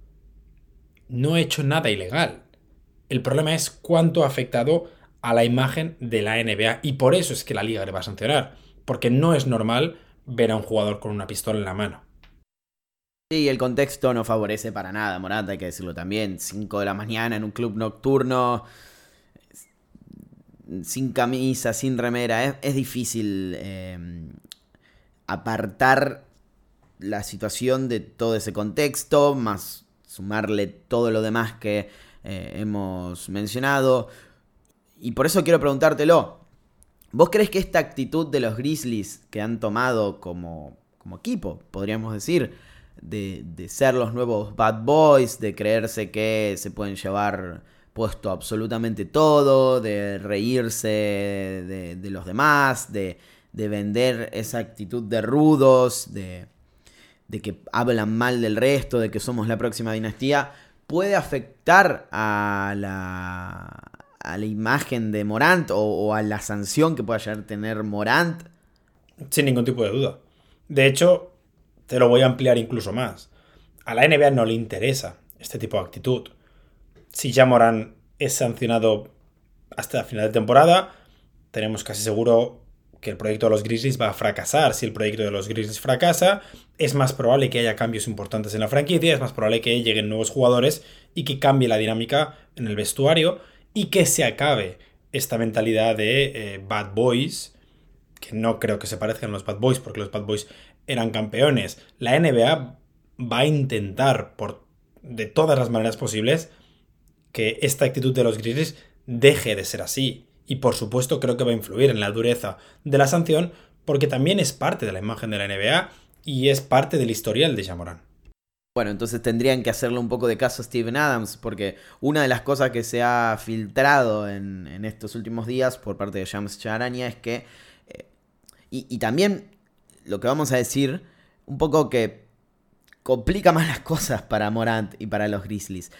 D: no he hecho nada ilegal. El problema es cuánto ha afectado a la imagen de la NBA y por eso es que la liga le va a sancionar, porque no es normal ver a un jugador con una pistola en la mano.
C: Sí, el contexto no favorece para nada, Morant, hay que decirlo también. 5 de la mañana en un club nocturno, sin camisa, sin remera, es difícil apartar la situación de todo ese contexto, más sumarle todo lo demás que hemos mencionado. Y por eso quiero preguntártelo. ¿Vos crees que esta actitud de los Grizzlies que han tomado como equipo, podríamos decir, de ser los nuevos bad boys, de creerse que se pueden llevar puesto absolutamente todo, de reírse de los demás, de vender esa actitud de rudos, de que hablan mal del resto, de que somos la próxima dinastía, puede afectar a la imagen de Morant o a la sanción que pueda llegar a tener Morant?
D: Sin ningún tipo de duda. De hecho, te lo voy a ampliar incluso más. A la NBA no le interesa este tipo de actitud. Si Ja Morant es sancionado hasta el final de temporada, tenemos casi seguro que el proyecto de los Grizzlies va a fracasar. Si el proyecto de los Grizzlies fracasa, es más probable que haya cambios importantes en la franquicia, es más probable que lleguen nuevos jugadores y que cambie la dinámica en el vestuario y que se acabe esta mentalidad de bad boys, que no creo que se parezcan a los bad boys porque los bad boys eran campeones. La NBA va a intentar de todas las maneras posibles que esta actitud de los Grizzlies deje de ser así. Y por supuesto creo que va a influir en la dureza de la sanción, porque también es parte de la imagen de la NBA y es parte del historial de Ja Morant.
C: Bueno, entonces tendrían que hacerle un poco de caso a Steven Adams, porque una de las cosas que se ha filtrado en estos últimos días por parte de Shams Charania es que, y también lo que vamos a decir, un poco que complica más las cosas para Morant y para los Grizzlies.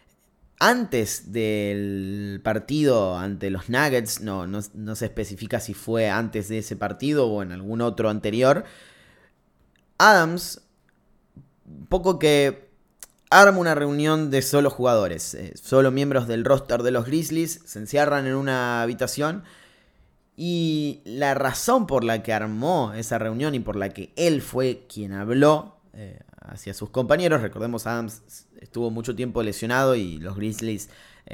C: Antes del partido ante los Nuggets, no se especifica si fue antes de ese partido o en algún otro anterior, Adams, poco que arma una reunión de solo jugadores, solo miembros del roster de los Grizzlies, se encierran en una habitación y la razón por la que armó esa reunión y por la que él fue quien habló hacia sus compañeros, recordemos Adams estuvo mucho tiempo lesionado y los Grizzlies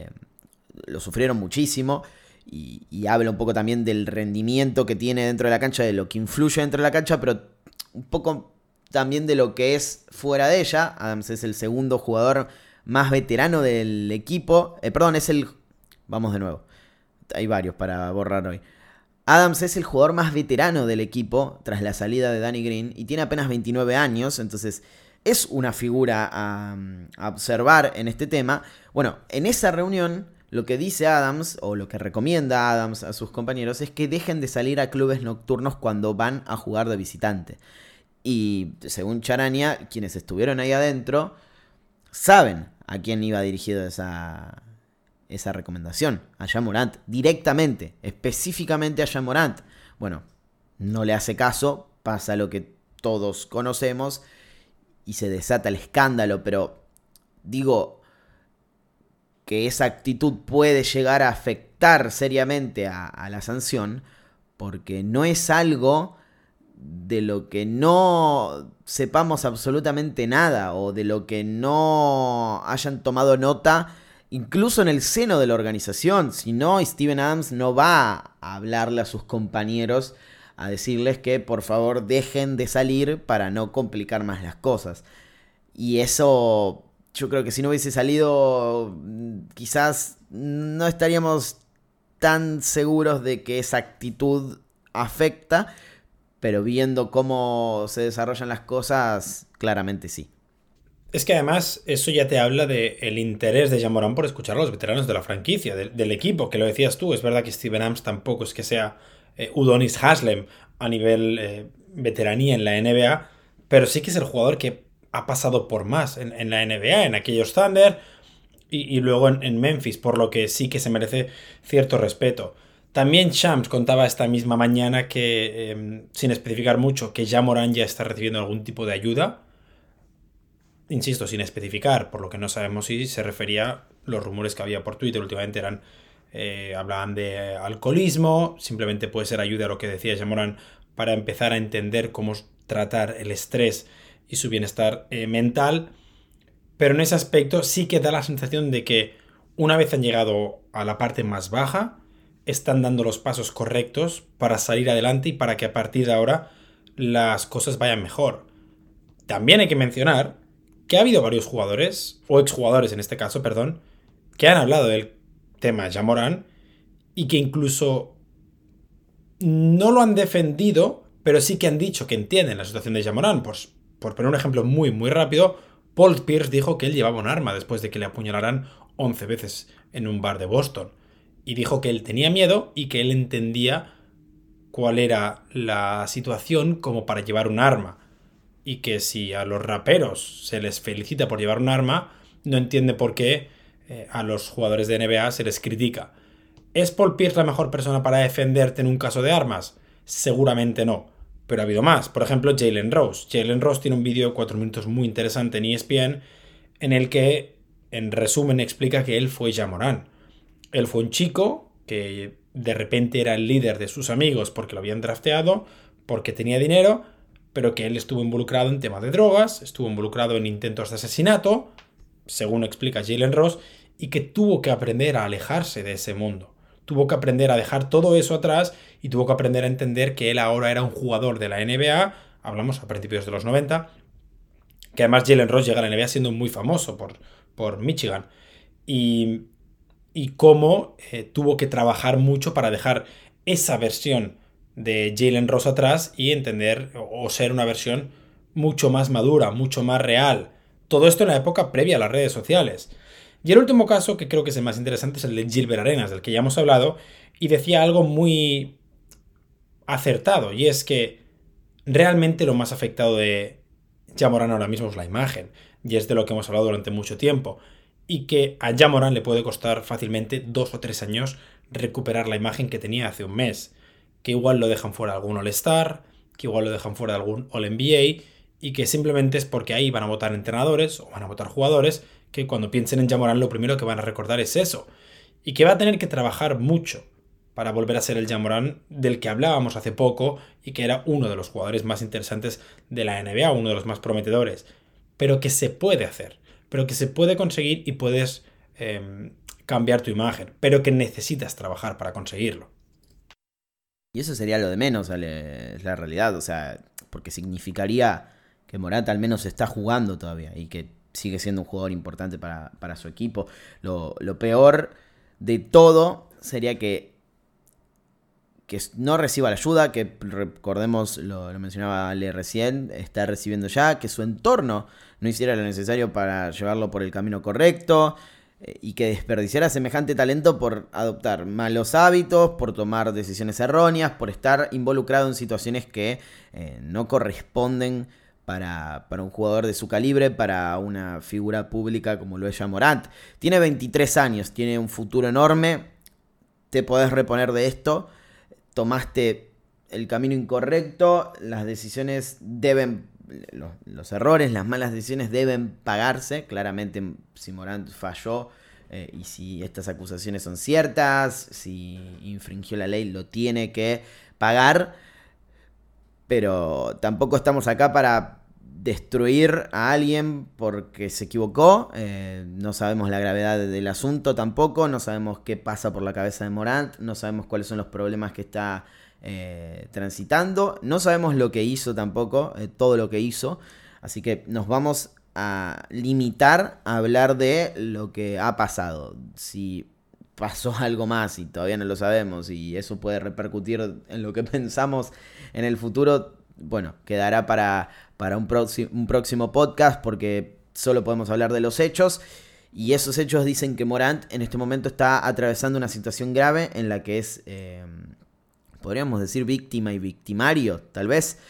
C: lo sufrieron muchísimo y habla un poco también del rendimiento que tiene dentro de la cancha, de lo que influye dentro de la cancha, pero un poco también de lo que es fuera de ella. Adams es el segundo jugador más veterano del equipo, vamos de nuevo, hay varios para borrar hoy. Adams es el jugador más veterano del equipo tras la salida de Danny Green y tiene apenas 29 años, entonces es una figura a observar en este tema. Bueno, en esa reunión lo que dice Adams, o lo que recomienda Adams a sus compañeros, es que dejen de salir a clubes nocturnos cuando van a jugar de visitante. Y según Charania, quienes estuvieron ahí adentro saben a quién iba dirigido esa recomendación, a Ja Morant, directamente, específicamente a Ja Morant. Bueno, no le hace caso, pasa lo que todos conocemos y se desata el escándalo, pero digo que esa actitud puede llegar a afectar seriamente a la sanción, porque no es algo de lo que no sepamos absolutamente nada o de lo que no hayan tomado nota incluso en el seno de la organización. Si no, Steven Adams no va a hablarle a sus compañeros a decirles que por favor dejen de salir para no complicar más las cosas. Y eso, yo creo que si no hubiese salido, quizás no estaríamos tan seguros de que esa actitud afecta, pero viendo cómo se desarrollan las cosas, claramente sí.
D: Es que además eso ya te habla del interés de Ja Morant por escuchar a los veteranos de la franquicia, del equipo, que lo decías tú. Es verdad que Steven Adams tampoco es que sea Udonis Haslem a nivel veteranía en la NBA, pero sí que es el jugador que ha pasado por más en la NBA, en aquellos Thunder y luego en Memphis, por lo que sí que se merece cierto respeto. También Shams contaba esta misma mañana que, sin especificar mucho, que Ja Morant ya está recibiendo algún tipo de ayuda. Insisto, sin especificar, por lo que no sabemos si se refería, los rumores que había por Twitter últimamente hablaban de alcoholismo, simplemente puede ser ayuda a lo que decía Ja Morant para empezar a entender cómo tratar el estrés y su bienestar mental, pero en ese aspecto sí que da la sensación de que una vez han llegado a la parte más baja, están dando los pasos correctos para salir adelante y para que a partir de ahora las cosas vayan mejor. También hay que mencionar que ha habido varios jugadores, o exjugadores en este caso, perdón, que han hablado del tema Ja Morant y que incluso no lo han defendido, pero sí que han dicho que entienden la situación de Ja Morant. Por poner un ejemplo muy, muy rápido, Paul Pierce dijo que él llevaba un arma después de que le apuñalaran 11 veces en un bar de Boston. Y dijo que él tenía miedo y que él entendía cuál era la situación como para llevar un arma. Y que si a los raperos se les felicita por llevar un arma, no entiende por qué a los jugadores de NBA se les critica. ¿Es Paul Pierce la mejor persona para defenderte en un caso de armas? Seguramente no. Pero ha habido más. Por ejemplo, Jalen Rose. Jalen Rose tiene un vídeo de 4 minutos muy interesante en ESPN en el que, en resumen, explica que él fue Ja Morant. Él fue un chico que de repente era el líder de sus amigos porque lo habían drafteado, porque tenía dinero, pero que él estuvo involucrado en temas de drogas, estuvo involucrado en intentos de asesinato, según explica Jalen Rose, y que tuvo que aprender a alejarse de ese mundo. Tuvo que aprender a dejar todo eso atrás y tuvo que aprender a entender que él ahora era un jugador de la NBA, hablamos a principios de los 90, que además Jalen Rose llega a la NBA siendo muy famoso por Michigan, y cómo tuvo que trabajar mucho para dejar esa versión de Jalen Rose atrás y entender o ser una versión mucho más madura, mucho más real. Todo esto en la época previa a las redes sociales. Y el último caso, que creo que es el más interesante, es el de Gilbert Arenas, del que ya hemos hablado, y decía algo muy acertado, y es que realmente lo más afectado de Ja Morant ahora mismo es la imagen, y es de lo que hemos hablado durante mucho tiempo, y que a Ja Morant le puede costar fácilmente 2 o 3 años recuperar la imagen que tenía hace un mes, que igual lo dejan fuera de algún All-Star, que igual lo dejan fuera de algún All-NBA, y que simplemente es porque ahí van a votar entrenadores o van a votar jugadores que cuando piensen en Ja Morant lo primero que van a recordar es eso, y que va a tener que trabajar mucho para volver a ser el Ja Morant del que hablábamos hace poco y que era uno de los jugadores más interesantes de la NBA, uno de los más prometedores, pero que se puede hacer, pero que se puede conseguir y puedes cambiar tu imagen, pero que necesitas trabajar para conseguirlo.
C: Y eso sería lo de menos, es la realidad, o sea, porque significaría que Morant al menos está jugando todavía y que sigue siendo un jugador importante para su equipo. Lo peor de todo sería que no reciba la ayuda, que recordemos, lo mencionaba Ale recién, está recibiendo ya, que su entorno no hiciera lo necesario para llevarlo por el camino correcto, y que desperdiciara semejante talento por adoptar malos hábitos, por tomar decisiones erróneas, por estar involucrado en situaciones que no corresponden para un jugador de su calibre, para una figura pública como lo es Ja Morant. Tiene 23 años, tiene un futuro enorme, te podés reponer de esto, tomaste el camino incorrecto, las decisiones deben, los errores, las malas decisiones deben pagarse. Claramente si Morant falló y si estas acusaciones son ciertas, si infringió la ley, lo tiene que pagar, pero tampoco estamos acá para destruir a alguien porque se equivocó. No sabemos la gravedad del asunto tampoco, no sabemos qué pasa por la cabeza de Morant, no sabemos cuáles son los problemas que está transitando, no sabemos lo que hizo tampoco, todo lo que hizo, así que nos vamos a limitar a hablar de lo que ha pasado. Si pasó algo más y todavía no lo sabemos y eso puede repercutir en lo que pensamos en el futuro, bueno, quedará para un próximo podcast, porque solo podemos hablar de los hechos, y esos hechos dicen que Morant en este momento está atravesando una situación grave en la que es, podríamos decir, víctima y victimario, tal vez,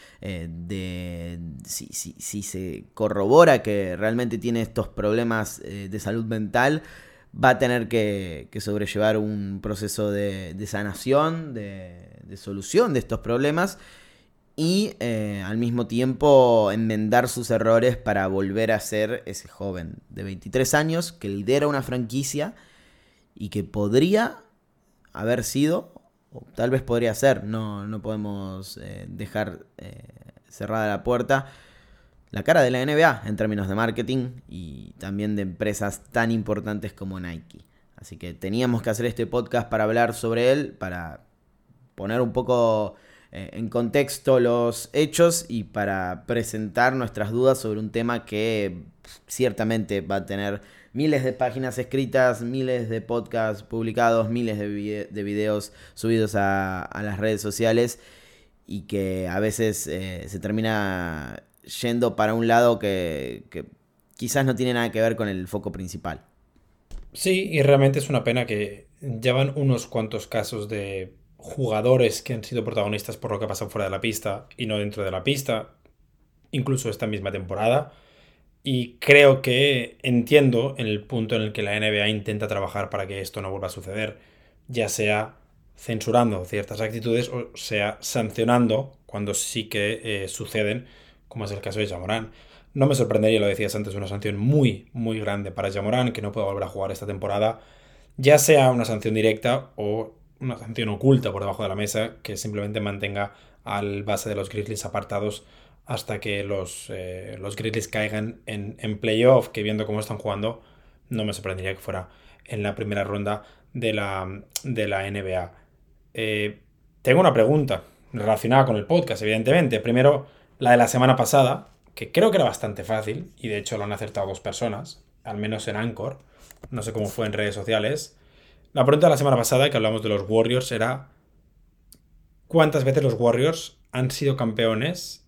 C: si se corrobora que realmente tiene estos problemas de salud mental, va a tener que sobrellevar un proceso de sanación, de solución de estos problemas, y al mismo tiempo enmendar sus errores para volver a ser ese joven de 23 años que lidera una franquicia y que podría haber sido, o tal vez podría ser, no podemos dejar cerrada la puerta, la cara de la NBA en términos de marketing y también de empresas tan importantes como Nike. Así que teníamos que hacer este podcast para hablar sobre él, para poner un poco en contexto los hechos y para presentar nuestras dudas sobre un tema que ciertamente va a tener miles de páginas escritas, miles de podcasts publicados, miles de videos subidos a las redes sociales, y que a veces se termina yendo para un lado que quizás no tiene nada que ver con el foco principal.
D: Sí, y realmente es una pena que ya van unos cuantos casos de jugadores que han sido protagonistas por lo que ha pasado fuera de la pista y no dentro de la pista, incluso esta misma temporada. Y creo que entiendo en el punto en el que la NBA intenta trabajar para que esto no vuelva a suceder, ya sea censurando ciertas actitudes o sea sancionando cuando sí que suceden, como es el caso de Ja Morant. No me sorprendería, lo decías antes, una sanción muy, muy grande para Ja Morant, que no pueda volver a jugar esta temporada, ya sea una sanción directa o una sanción oculta por debajo de la mesa, que simplemente mantenga al base de los Grizzlies apartados hasta que los Grizzlies caigan en playoff, que viendo cómo están jugando, no me sorprendería que fuera en la primera ronda de la NBA. Tengo una pregunta relacionada con el podcast, evidentemente. Primero, la de la semana pasada, que creo que era bastante fácil, y de hecho lo han acertado 2 personas, al menos en Anchor. No sé cómo fue en redes sociales. La pregunta de la semana pasada, que hablamos de los Warriors, era ¿cuántas veces los Warriors han sido campeones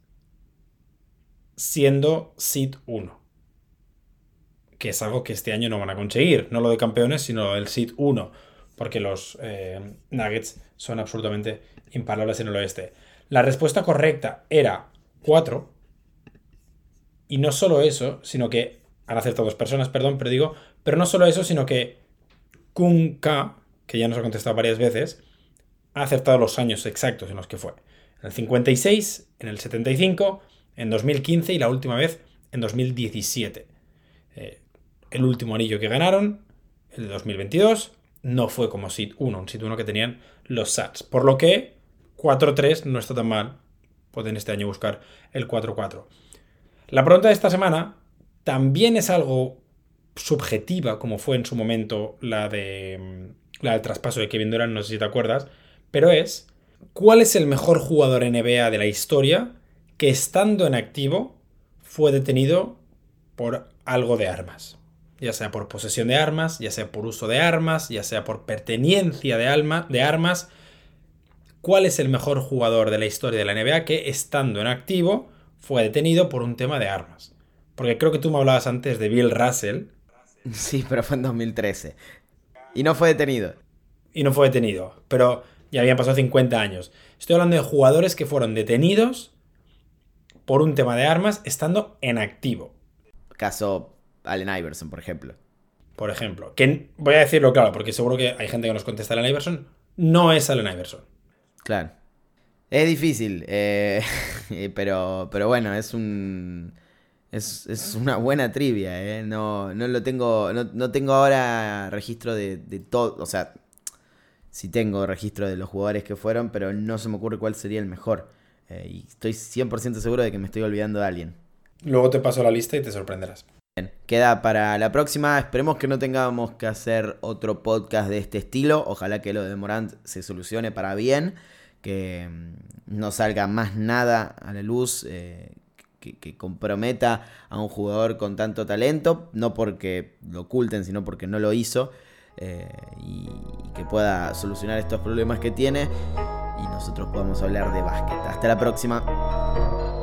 D: siendo Seed 1? Que es algo que este año no van a conseguir. No lo de campeones, sino el Seed 1. Porque los Nuggets son absolutamente imparables en el oeste. La respuesta correcta era 4. Y no solo eso, sino que han acertado 2 personas, perdón, pero no solo eso, sino que Kun K, que ya nos ha contestado varias veces, ha acertado los años exactos en los que fue. En el 56, en el 75, en 2015 y la última vez en 2017. El último anillo que ganaron, el de 2022, no fue como Seed 1, un Seed 1 que tenían los Suns. Por lo que 4-3 no está tan mal. Pueden este año buscar el 4-4. La pregunta de esta semana también es algo subjetiva, como fue en su momento la del traspaso de Kevin Durant, no sé si te acuerdas, pero es ¿cuál es el mejor jugador NBA de la historia que estando en activo fue detenido por algo de armas? Ya sea por posesión de armas, ya sea por uso de armas, ya sea por pertenencia de armas. ¿Cuál es el mejor jugador de la historia de la NBA que estando en activo fue detenido por un tema de armas? Porque creo que tú me hablabas antes de Bill Russell.
C: Sí, pero fue en 2013. Y no fue detenido.
D: Pero ya habían pasado 50 años. Estoy hablando de jugadores que fueron detenidos por un tema de armas estando en activo.
C: Caso Allen Iverson, por ejemplo.
D: Que voy a decirlo claro, porque seguro que hay gente que nos contesta Allen Iverson. No es Allen Iverson.
C: Claro. Es difícil, pero bueno, es una buena trivia, no lo tengo, no tengo ahora registro de todo, o sea, sí tengo registro de los jugadores que fueron, pero no se me ocurre cuál sería el mejor, y estoy 100% seguro de que me estoy olvidando de alguien.
D: Luego te paso la lista y te sorprenderás.
C: Bien, queda para la próxima. Esperemos que no tengamos que hacer otro podcast de este estilo. Ojalá que lo de Morant se solucione para bien, que no salga más nada a la luz que comprometa a un jugador con tanto talento, no porque lo oculten, sino porque no lo hizo, y que pueda solucionar estos problemas que tiene y nosotros podamos hablar de básquet. Hasta la próxima.